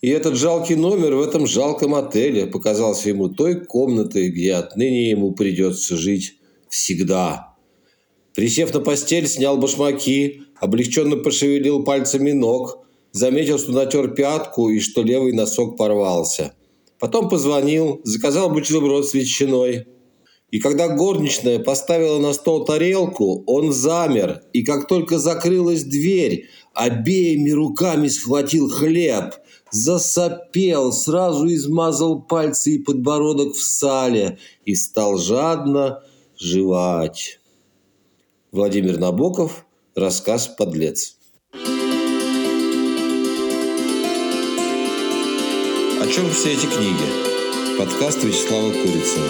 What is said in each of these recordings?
И этот жалкий номер в этом жалком отеле показался ему той комнатой, где отныне ему придется жить всегда. Присев на постель, снял башмаки, облегченно пошевелил пальцами ног, заметил, что натер пятку и что левый носок порвался. Потом позвонил, заказал бутерброд с ветчиной. И когда горничная поставила на стол тарелку, он замер, и как только закрылась дверь, обеими руками схватил хлеб, засопел, сразу измазал пальцы и подбородок в сале и стал жадно жевать. Владимир Набоков. Рассказ «Подлец». О чем все эти книги? Подкаст Вячеслава Курицына.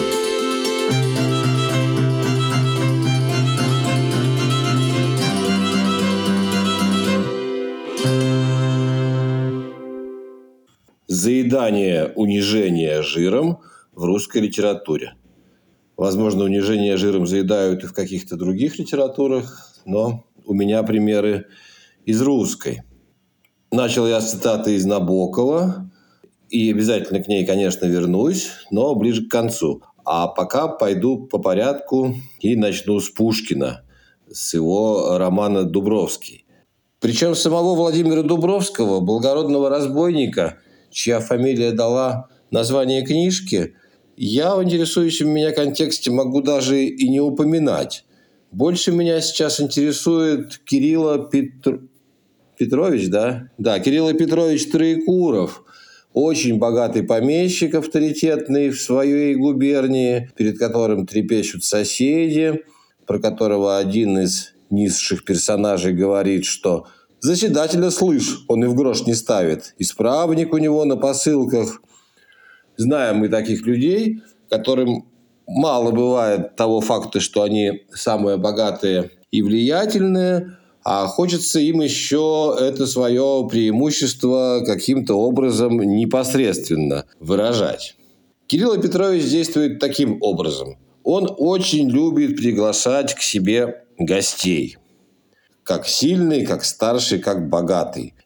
Заедание унижения жиром в русской литературе. Возможно, унижение жиром заедают и в каких-то других литературах, но у меня примеры из русской. Начал я с цитаты из Набокова, и обязательно к ней, конечно, вернусь, но ближе к концу. А пока пойду по порядку и начну с Пушкина, с его романа «Дубровский». Причем самого Владимира Дубровского, благородного разбойника, чья фамилия дала название книжки, я в интересующем меня контексте могу даже и не упоминать. Больше меня сейчас интересует Кирилл Петрович, да? Да, Кирилл Петрович Троекуров. Очень богатый помещик, авторитетный в своей губернии, перед которым трепещут соседи, про которого один из низших персонажей говорит, что «заседателя, слышь, он и в грош не ставит, исправник у него на посылках». Знаем мы таких людей, которым мало бывает того факта, что они самые богатые и влиятельные, а хочется им еще это свое преимущество каким-то образом непосредственно выражать. Кирилл Петрович действует таким образом. Он очень любит приглашать к себе гостей. Как сильный, как старший, как богатый.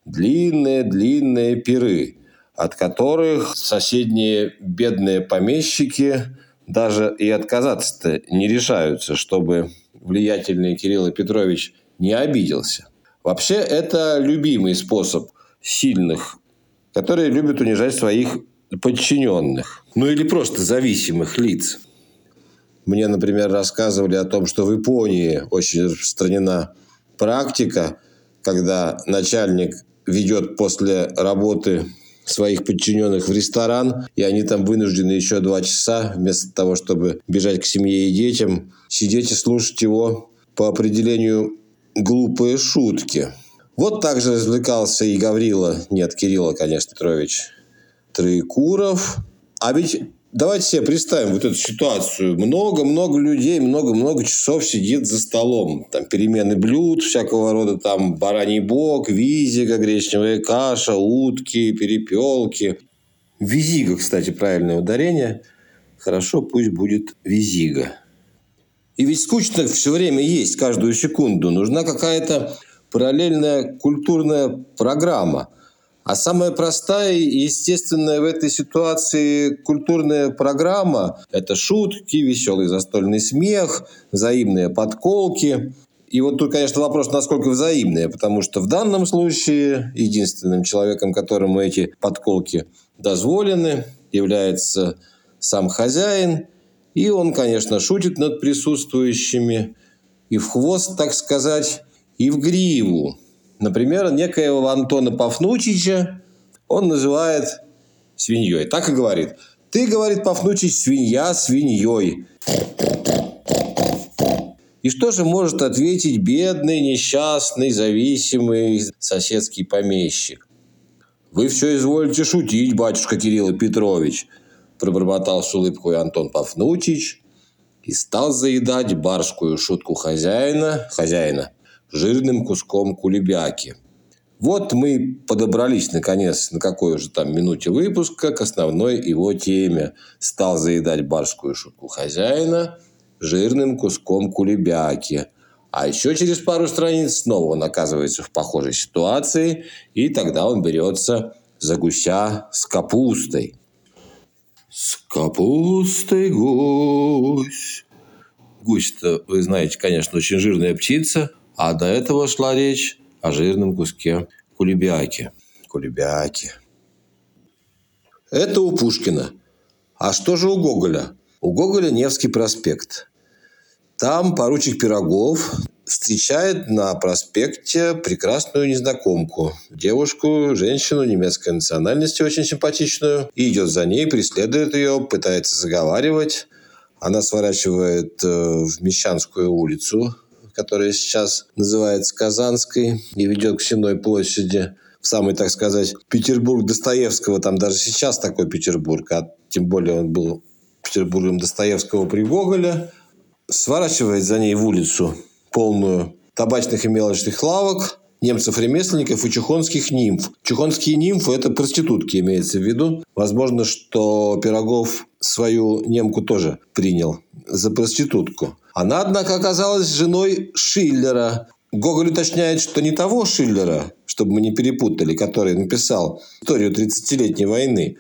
Длинные пиры, от которых соседние бедные помещики даже и отказаться-то не решаются, чтобы влиятельный Кирилл Петрович не обиделся. Вообще, это любимый способ сильных, которые любят унижать своих подчиненных. Ну или просто зависимых лиц. Мне, например, рассказывали о том, что в Японии очень распространена практика, когда начальник ведет после работы своих подчиненных в ресторан, и они там вынуждены еще 2 часа, вместо того, чтобы бежать к семье и детям, сидеть и слушать его по определению глупые шутки. Вот так же развлекался и Кирилл, конечно, Петрович Троекуров. А ведь давайте себе представим вот эту ситуацию. Много людей, много часов сидит за столом. Там перемены блюд всякого рода, там бараний бок, визига, гречневая каша, утки, перепелки. Визига, кстати, правильное ударение. Хорошо, пусть будет визига. И ведь скучно все время есть, каждую секунду. Нужна какая-то параллельная культурная программа. А самая простая и естественная в этой ситуации культурная программа – это шутки, веселый застольный смех, взаимные подколки. И вот тут, конечно, вопрос, насколько взаимные, потому что в данном случае единственным человеком, которому эти подколки дозволены, является сам хозяин. И он, конечно, шутит над присутствующими и в хвост, так сказать, и в гриву. Например, некоего Антона Пафнутича он называет свиньей. Так и говорит. «Ты, — говорит Пафнутич, — свинья свиньей». И что же может ответить бедный, несчастный, зависимый соседский помещик? «Вы все изволите шутить, батюшка Кирилл Петрович», — пробормотал с улыбкой Антон Пафнутич и стал заедать барскую шутку хозяина жирным куском кулебяки. Вот мы подобрались, наконец, на какой уже там минуте выпуска к основной его теме. Стал заедать барскую шутку хозяина жирным куском кулебяки. А еще через пару страниц снова он оказывается в похожей ситуации, и тогда он берется за гуся с капустой. С капустой гусь. Гусь-то, вы знаете, конечно, очень жирная птица, а до этого шла речь о жирном куске кулебяки. Кулебяки. Это у Пушкина. А что же у Гоголя? У Гоголя Невский проспект. Там поручик Пирогов встречает на проспекте прекрасную незнакомку. Девушку, женщину немецкой национальности, очень симпатичную. И идет за ней, преследует ее, пытается заговаривать. Она сворачивает в Мещанскую улицу, которая сейчас называется Казанской, и ведет к Сенной площади. В самый, так сказать, Петербург Достоевского. Там даже сейчас такой Петербург, а тем более он был Петербургом Достоевского при Гоголе. Сворачивает за ней в улицу, полную табачных и мелочных лавок, немцев-ремесленников и чухонских нимф. Чухонские нимфы – это проститутки, имеется в виду. Возможно, что Пирогов свою немку тоже принял за проститутку. Она, однако, оказалась женой Шиллера. Гоголь уточняет, что не того Шиллера, чтобы мы не перепутали, который написал историю 30-летней войны,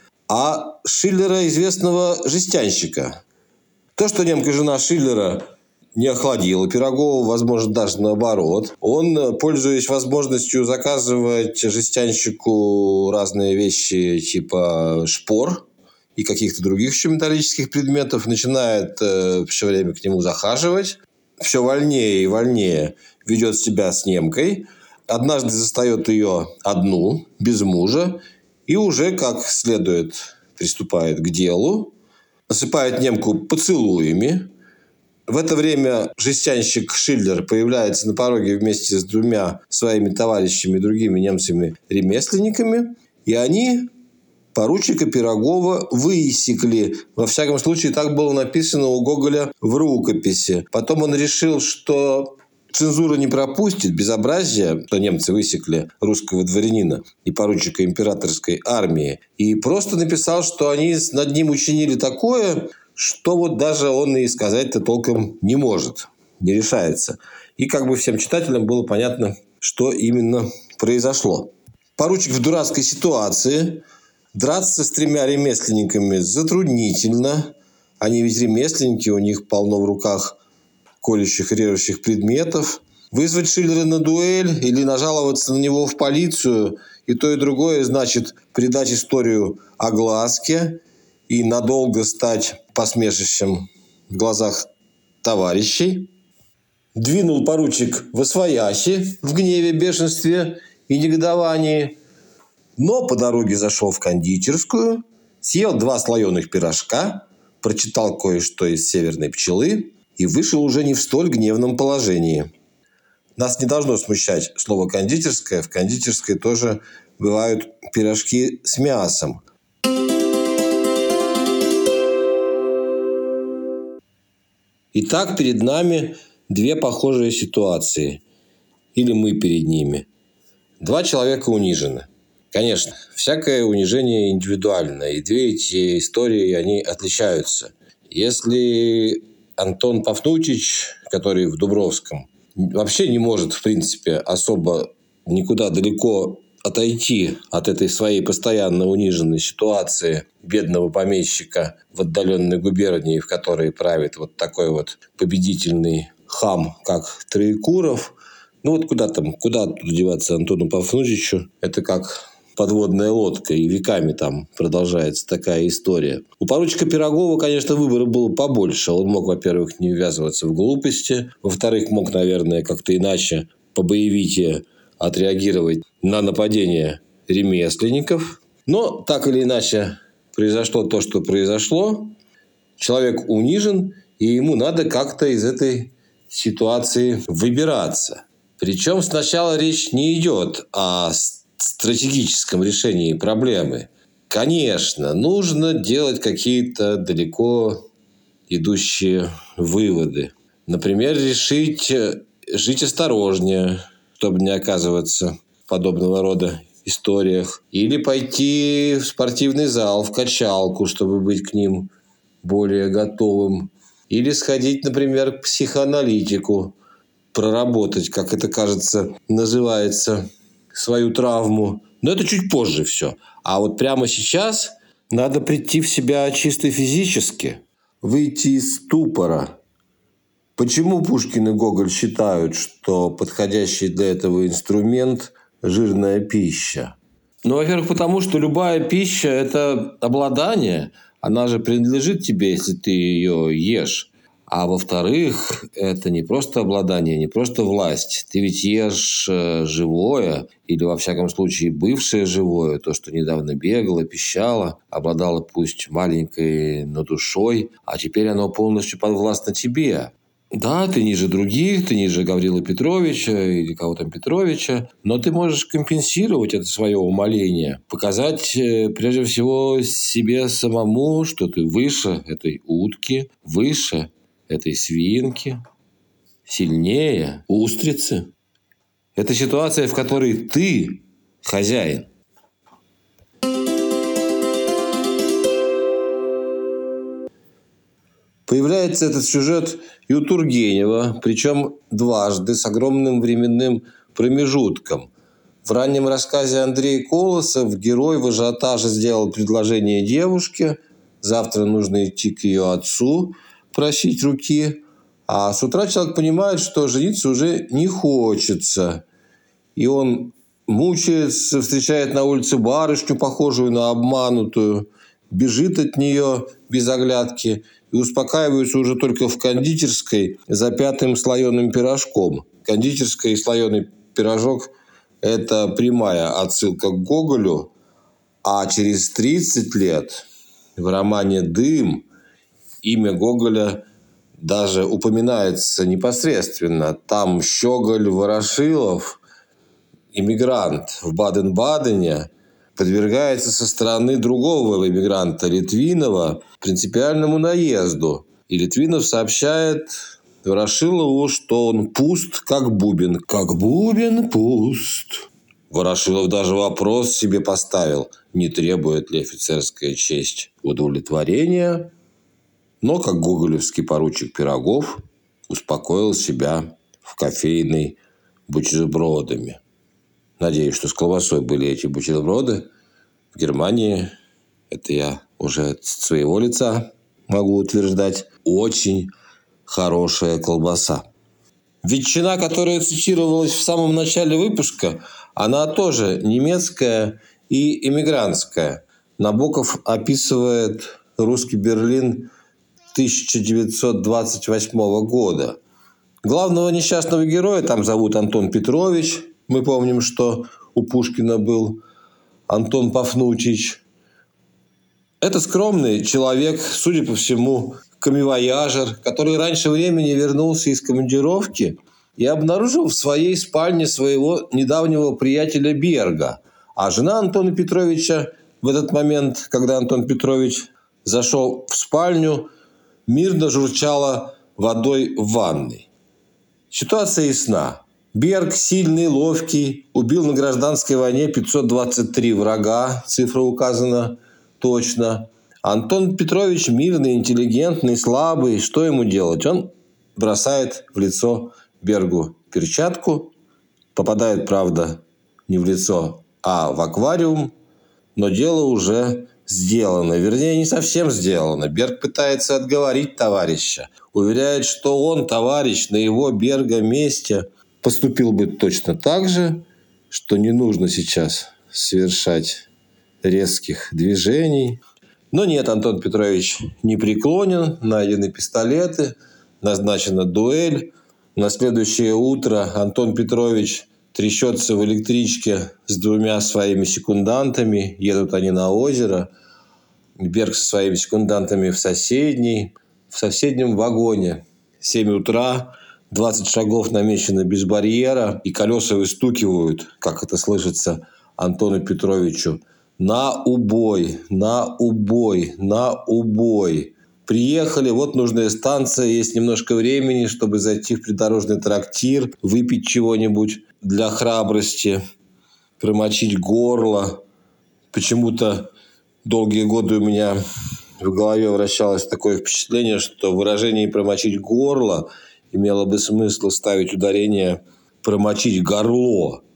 а Шиллера, известного жестянщика. То, что немка жена Шиллера не охладила Пирогова, возможно, даже наоборот. Он, пользуясь возможностью заказывать жестянщику разные вещи типа шпор и каких-то других еще металлических предметов, начинает все время к нему захаживать. Все вольнее и вольнее ведет себя с немкой. Однажды застает ее одну, без мужа, и уже как следует приступает к делу. Насыпает немку поцелуями. В это время жестянщик Шиллер появляется на пороге вместе с двумя своими товарищами, другими немцами-ремесленниками. И они поручика Пирогова высекли. Во всяком случае, так было написано у Гоголя в рукописи. Потом он решил, что цензура не пропустит безобразия, что немцы высекли русского дворянина и поручика императорской армии. И просто написал, что они над ним учинили такое, что вот даже он и сказать-то толком не может, не решается. И как бы всем читателям было понятно, что именно произошло. Поручик в дурацкой ситуации. Драться с тремя ремесленниками затруднительно. Они ведь ремесленники, у них полно в руках колющих и режущих предметов. Вызвать Шиллера на дуэль или нажаловаться на него в полицию, и то, и другое значит придать историю огласке и надолго стать посмешищем в глазах товарищей. Двинул поручик восвояси в гневе, бешенстве и негодовании. Но по дороге зашел в кондитерскую, съел 2 слоеных пирожка, прочитал кое-что из «Северной пчелы» и вышел уже не в столь гневном положении. Нас не должно смущать слово «кондитерская». В кондитерской тоже бывают пирожки с мясом. Итак, перед нами 2 похожие ситуации. Или мы перед ними. 2 человека унижены. Конечно, всякое унижение индивидуально. И 2 эти истории, они отличаются. Если Антон Пафнутьич, который в Дубровском, вообще не может, в принципе, особо никуда далеко отойти от этой своей постоянно униженной ситуации бедного помещика в отдаленной губернии, в которой правит вот такой вот победительный хам, как Троекуров. Ну вот куда деваться Антону Пафнутьичу? Это как подводная лодка, и веками там продолжается такая история. У поручика Пирогова, конечно, выбора было побольше. Он мог, во-первых, не ввязываться в глупости, во-вторых, мог, наверное, как-то иначе побоевитее отреагировать на нападение ремесленников. Но так или иначе произошло то, что произошло. Человек унижен, и ему надо как-то из этой ситуации выбираться. Причем сначала речь не идет о стратегическом решении проблемы. Конечно, нужно делать какие-то далеко идущие выводы. Например, решить жить осторожнее, чтобы не оказываться в подобного рода историях. Или пойти в спортивный зал, в качалку, чтобы быть к ним более готовым. Или сходить, например, к психоаналитику, проработать, как это, кажется, называется свою травму. Но это чуть позже все. А вот прямо сейчас надо прийти в себя чисто физически, выйти из ступора. Почему Пушкин и Гоголь считают, что подходящий для этого инструмент – жирная пища? Ну, во-первых, потому что любая пища – это обладание. Она же принадлежит тебе, если ты ее ешь. А во-вторых, это не просто обладание, не просто власть. Ты ведь ешь живое, или во всяком случае бывшее живое, то, что недавно бегало, пищало, обладало пусть маленькой, но душой, а теперь оно полностью подвластно тебе. Да, ты ниже других, ты ниже Гаврила Петровича или кого там Петровича, но ты можешь компенсировать это свое умаление, показать прежде всего себе самому, что ты выше этой утки, выше этой свинки, сильнее устрицы. Это ситуация, в которой ты хозяин. Появляется этот сюжет и у Тургенева, причем дважды, с огромным временным промежутком. В раннем рассказе Андрей Колосов герой в ажиотаже сделал предложение девушке. Завтра нужно идти к ее отцу, просить руки. А с утра человек понимает, что жениться уже не хочется. И он мучается, встречает на улице барышню, похожую на обманутую, бежит от нее без оглядки и успокаивается уже только в кондитерской за 5-м слоеным пирожком. Кондитерская и слоеный пирожок – это прямая отсылка к Гоголю, а через 30 лет в романе «Дым» имя Гоголя даже упоминается непосредственно. Там Щеголь Ворошилов, иммигрант в Баден-Бадене, подвергается со стороны другого иммигранта Литвинова принципиальному наезду. И Литвинов сообщает Ворошилову, что он пуст, как бубен. Как бубен пуст. Ворошилов даже вопрос себе поставил, не требует ли офицерская честь удовлетворения. Но, как гоголевский поручик Пирогов, успокоил себя в кофейной бутербродами. Надеюсь, что с колбасой были эти бутерброды. В Германии, это я уже от своего лица могу утверждать, очень хорошая колбаса. Ветчина, которая цитировалась в самом начале выпуска, она тоже немецкая и эмигрантская. Набоков описывает русский Берлин 1928 года. Главного несчастного героя там зовут Антон Петрович. Мы помним, что у Пушкина был Антон Пафнутич. Это скромный человек, судя по всему, камевояжер, который раньше времени вернулся из командировки и обнаружил в своей спальне своего недавнего приятеля Берга. А жена Антона Петровича в этот момент, когда Антон Петрович зашел в спальню, мирно журчала водой в ванной. Ситуация ясна. Берг, сильный, ловкий, убил на гражданской войне 523 врага, цифра указана точно. Антон Петрович мирный, интеллигентный, слабый. Что ему делать? Он бросает в лицо Бергу перчатку. Попадает, правда, не в лицо, а в аквариум. Но дело уже сделано. Вернее, не совсем сделано. Берг пытается отговорить товарища. Уверяет, что он, товарищ, на его Берга месте поступил бы точно так же, что не нужно сейчас совершать резких движений. Но нет, Антон Петрович не преклонен, найдены пистолеты, назначена дуэль. На следующее утро Антон Петрович трясется в электричке с 2 своими секундантами. Едут они на озеро. Берг со своими секундантами в соседнем вагоне. 7 утра, 20 шагов намечено без барьера, и колеса выстукивают, как это слышится Антону Петровичу. На убой, на убой, на убой. Приехали, вот нужная станция, есть немножко времени, чтобы зайти в придорожный трактир, выпить чего-нибудь для храбрости, промочить горло. Почему-то долгие годы у меня в голове вращалось такое впечатление, что в выражении «промочить горло» имело бы смысл ставить ударение «промочить горло».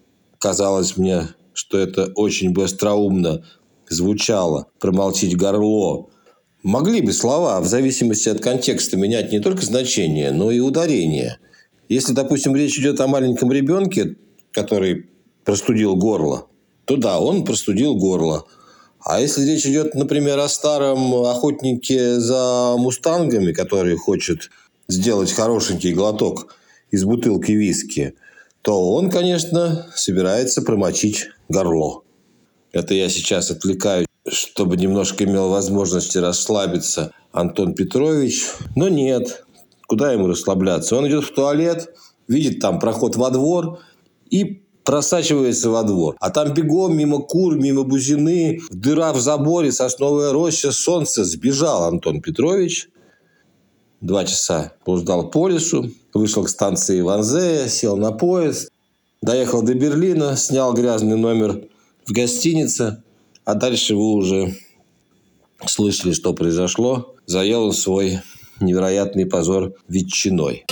казалось мне, что это очень бы остроумно звучало, промолчить горло. Могли бы слова в зависимости от контекста менять не только значение, но и ударение. Если, допустим, речь идет о маленьком ребенке, который простудил горло, то да, он простудил горло. А если речь идет, например, о старом охотнике за мустангами, который хочет сделать хорошенький глоток из бутылки виски, то он, конечно, собирается промочить горло. Это я сейчас отвлекаюсь, чтобы немножко имел возможность расслабиться Антон Петрович. Но нет, куда ему расслабляться? Он идет в туалет, видит там проход во двор и просачивается во двор. А там бегом мимо кур, мимо бузины, дыра в заборе, сосновая роща, солнце. Сбежал Антон Петрович. 2 часа блуждал по лесу, вышел к станции Ванзея, сел на поезд, доехал до Берлина, снял грязный номер в гостинице, а дальше вы уже слышали, что произошло. Заел он свой невероятный позор ветчиной.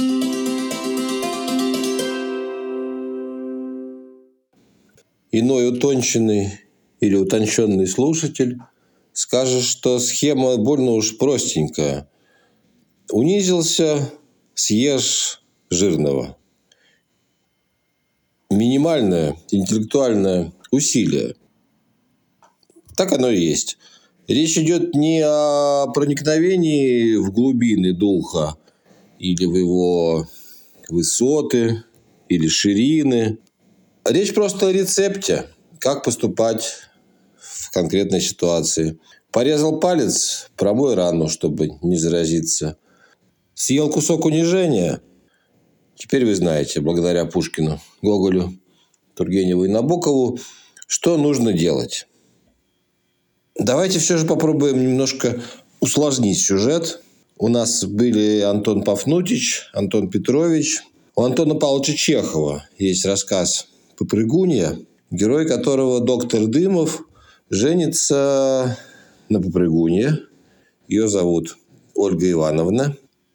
Иной утонченный или утонченный слушатель скажет, что схема больно уж простенькая. Унизился, съешь жирного. Минимальное интеллектуальное усилие. Так оно и есть. Речь идет не о проникновении в глубины духа или в его высоты или ширины. Речь просто о рецепте, как поступать в конкретной ситуации. Порезал палец, промой рану, чтобы не заразиться. Съел кусок унижения. Теперь вы знаете, благодаря Пушкину, Гоголю, Тургеневу и Набокову, что нужно делать. Давайте все же попробуем немножко усложнить сюжет. У нас были Антон Пафнутич, Антон Петрович. У Антона Павловича Чехова есть рассказ «Попрыгунья», герой которого доктор Дымов женится на попрыгунье. Ее зовут Ольга Ивановна.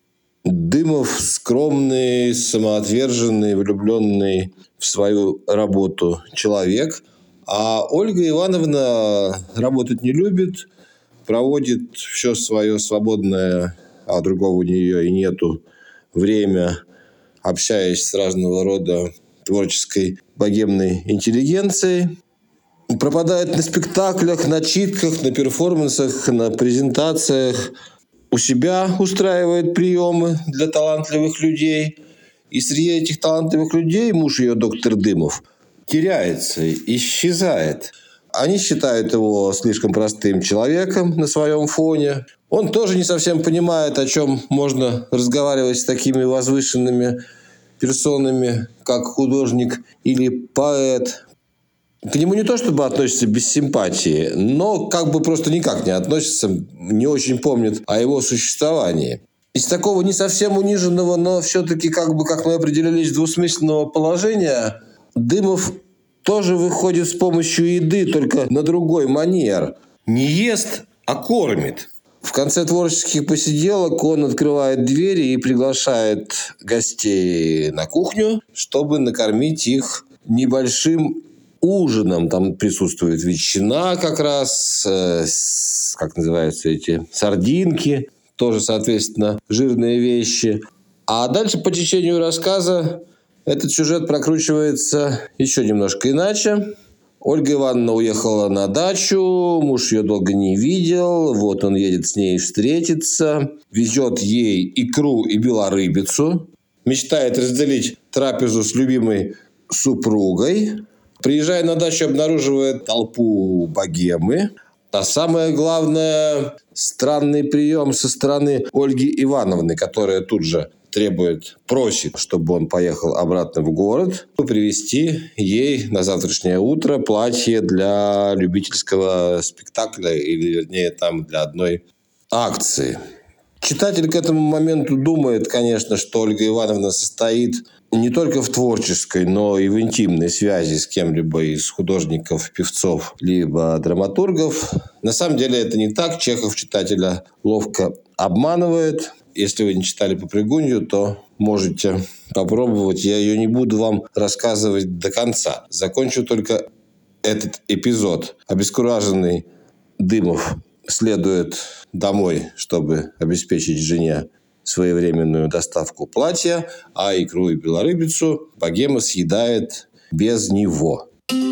Дымов скромный, самоотверженный, влюбленный в свою работу человек. А Ольга Ивановна работать не любит, проводит все свое свободное, а другого у нее и нету, время, общаясь с разного рода творческой богемной интеллигенцией. Пропадает на спектаклях, на читках, на перформансах, на презентациях. У себя устраивает приемы для талантливых людей. И среди этих талантливых людей муж ее, доктор Дымов, теряется, исчезает. Они считают его слишком простым человеком на своем фоне. Он тоже не совсем понимает, о чем можно разговаривать с такими возвышенными персонами, как художник или поэт. К нему не то чтобы относятся без симпатии, но как бы просто никак не относятся, не очень помнят о его существовании. Из такого не совсем униженного, но все-таки, как мы определились, двусмысленного положения, Дымов тоже выходит с помощью еды, только на другой манер. Не ест, а кормит. В конце творческих посиделок он открывает двери и приглашает гостей на кухню, чтобы накормить их небольшим ужином. Там присутствует ветчина как раз, как называются эти, сардинки, тоже, соответственно, жирные вещи. А дальше по течению рассказа этот сюжет прокручивается еще немножко иначе. Ольга Ивановна уехала на дачу, муж ее долго не видел, вот он едет с ней встретиться, везет ей икру и белорыбицу, мечтает разделить трапезу с любимой супругой. Приезжая на дачу, обнаруживает толпу богемы. А самое главное, странный прием со стороны Ольги Ивановны, которая тут же просит, чтобы он поехал обратно в город, привезти ей на завтрашнее утро платье для любительского спектакля, или, вернее, там для одной акции. Читатель к этому моменту думает, конечно, что Ольга Ивановна состоит не только в творческой, но и в интимной связи с кем-либо из художников, певцов, либо драматургов. На самом деле это не так. Чехов читателя ловко обманывает. Если вы не читали «Попрыгунью», то можете попробовать. Я ее не буду вам рассказывать до конца. Закончу только этот эпизод. Обескураженный Дымов следует домой, чтобы обеспечить жене своевременную доставку платья, а икру и белорыбицу богема съедает без него.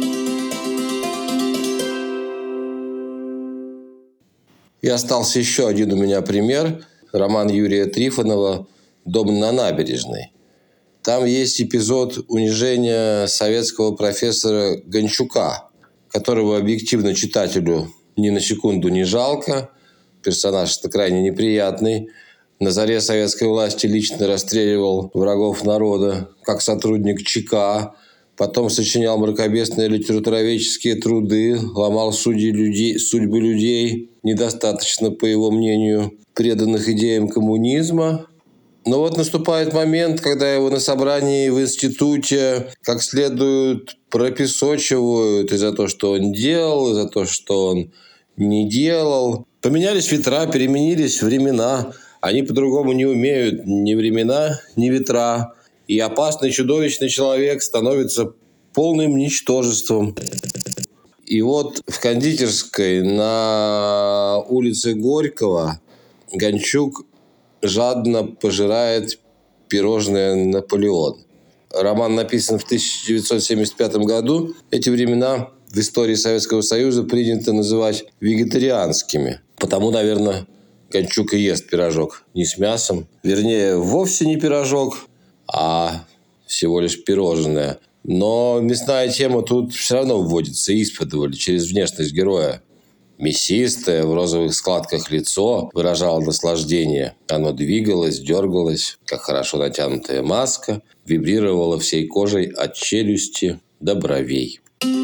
И остался еще один у меня пример. Роман Юрия Трифонова «Дом на набережной». Там есть эпизод унижения советского профессора Гончука, которого объективно читателю ни на секунду не жалко. Персонаж-то крайне неприятный. На заре советской власти лично расстреливал врагов народа, как сотрудник ЧК. Потом сочинял мракобесные литературоведческие труды, ломал судьбы людей, недостаточно, по его мнению, преданных идеям коммунизма. Но вот наступает момент, когда его на собрании в институте как следует пропесочивают и за то, что он делал, и за то, что он не делал. Поменялись ветра, переменились времена. Они по-другому не умеют ни времена, ни ветра. И опасный, чудовищный человек становится полным ничтожеством. И вот в кондитерской на улице Горького Гончук жадно пожирает пирожное «Наполеон». Роман написан в 1975 году. Эти времена в истории Советского Союза принято называть вегетарианскими. Потому, наверное, Гончук и ест пирожок не с мясом. Вернее, вовсе не пирожок, а всего лишь пирожное. Но мясная тема тут все равно вводится исподволь через внешность героя. Мясистое, в розовых складках лицо выражало наслаждение. Оно двигалось, дергалось, как хорошо натянутая маска, вибрировало всей кожей от челюсти до бровей.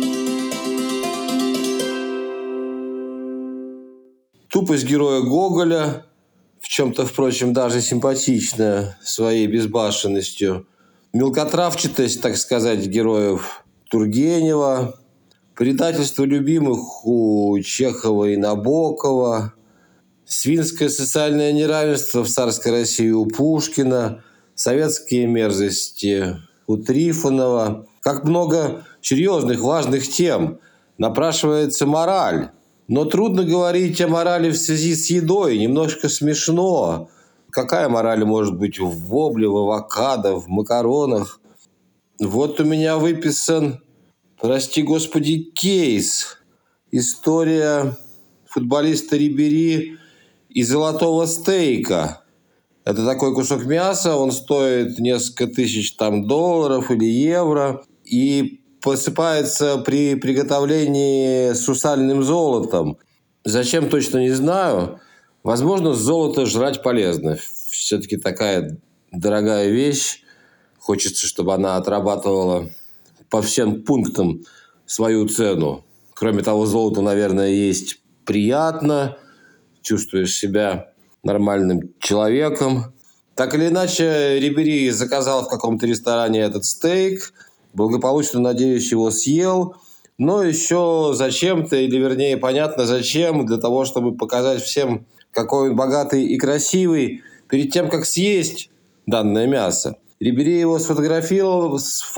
Тупость героя Гоголя, в чем-то, впрочем, даже симпатичная своей безбашенностью. Мелкотравчатость, так сказать, героев Тургенева. Предательство любимых у Чехова и Набокова. Свинское социальное неравенство в царской России у Пушкина. Советские мерзости у Трифонова. Как много серьезных, важных тем. Напрашивается мораль. Но трудно говорить о морали в связи с едой. Немножко смешно. Какая мораль может быть в вобле, в авокадо, в макаронах? Вот у меня выписан, прости господи, кейс. История футболиста Рибери и золотого стейка. Это такой кусок мяса, он стоит несколько тысяч долларов или евро. И посыпается при приготовлении сусальным золотом. Зачем, точно не знаю. Возможно, золото жрать полезно. Все-таки такая дорогая вещь. Хочется, чтобы она отрабатывала по всем пунктам свою цену. Кроме того, золото, наверное, есть приятно. Чувствуешь себя нормальным человеком. Так или иначе, Рибери заказал в каком-то ресторане этот стейк. Благополучно, надеюсь, его съел. Но еще зачем-то, или вернее, понятно зачем, для того, чтобы показать всем, какой он богатый и красивый, перед тем, как съесть данное мясо. Рибери его сфотографировал,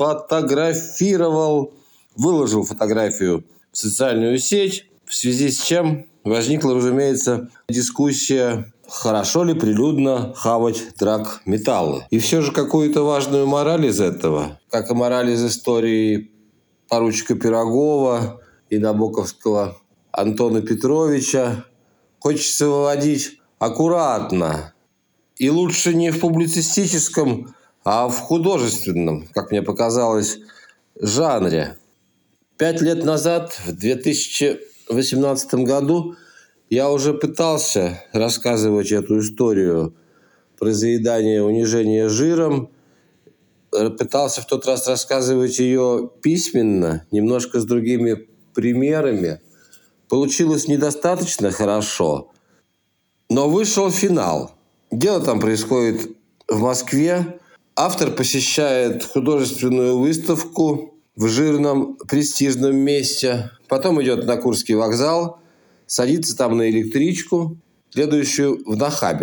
выложил фотографию в социальную сеть, в связи с чем возникла, разумеется, дискуссия, хорошо ли прилюдно хавать драгметаллы. И все же какую-то важную мораль из этого, как и мораль из истории поручика Пирогова и набоковского Антона Петровича, хочется выводить аккуратно. И лучше не в публицистическом, а в художественном, как мне показалось, жанре. 5 лет назад, в 2018 году, я уже пытался рассказывать эту историю про заедание, унижение жиром. Пытался в тот раз рассказывать ее письменно, немножко с другими примерами. Получилось недостаточно хорошо, но вышел финал. Дело там происходит в Москве. Автор посещает художественную выставку в жирном престижном месте. Потом идет на Курский вокзал, садится там на электричку, следующую в Нахабино.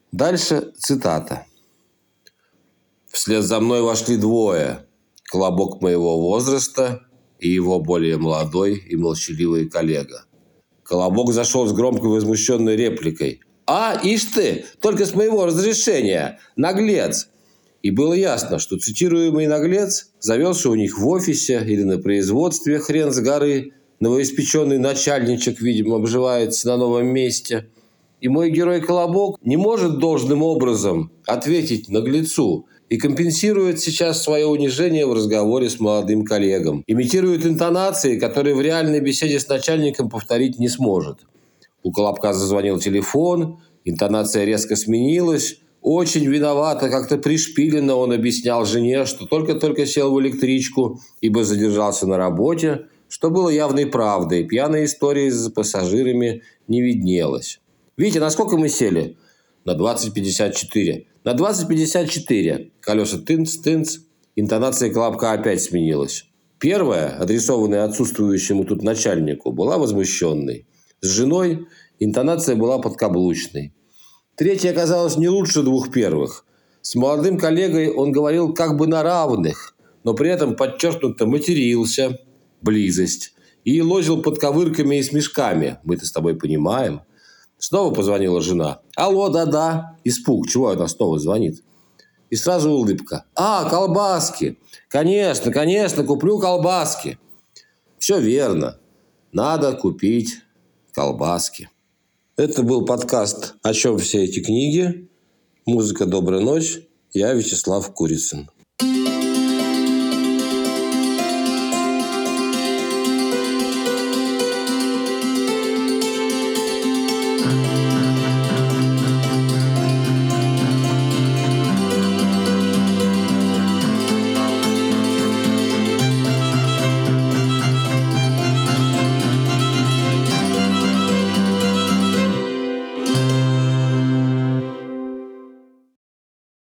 Дальше цитата. «Вслед за мной вошли двое. Колобок моего возраста и его более молодой и молчаливый коллега. Колобок зашел с громкой возмущенной репликой. «А, ишь ты, только с моего разрешения, наглец!» И было ясно, что цитируемый наглец завелся у них в офисе или на производстве хрен с горы, новоиспеченный начальничек, видимо, обживается на новом месте. И мой герой Колобок не может должным образом ответить наглецу и компенсирует сейчас свое унижение в разговоре с молодым коллегом. Имитирует интонации, которые в реальной беседе с начальником повторить не сможет. У Колобка зазвонил телефон, интонация резко сменилась. Очень виновато, как-то пришпиленно он объяснял жене, что только-только сел в электричку, ибо задержался на работе, что было явной правдой. Пьяная история с пассажирами не виднелась. «Витя, на сколько мы сели?» «На 20:54». «На 20:54». Колеса тынц-тынц. Интонация Колобка опять сменилась. Первая, адресованная отсутствующему тут начальнику, была возмущенной. С женой интонация была подкаблучной. Третья оказалась не лучше двух первых. С молодым коллегой он говорил как бы на равных, но при этом подчеркнуто матерился, близость, и лозил подковырками и смешками. «Мы-то с тобой понимаем». Снова позвонила жена. «Алло, да-да». Испуг. Чего она снова звонит? И сразу улыбка. «А, колбаски. Конечно, конечно, куплю колбаски». Все верно. Надо купить колбаски. Это был подкаст «О чем все эти книги?». Музыка «Доброй ночи». Я Вячеслав Курицын.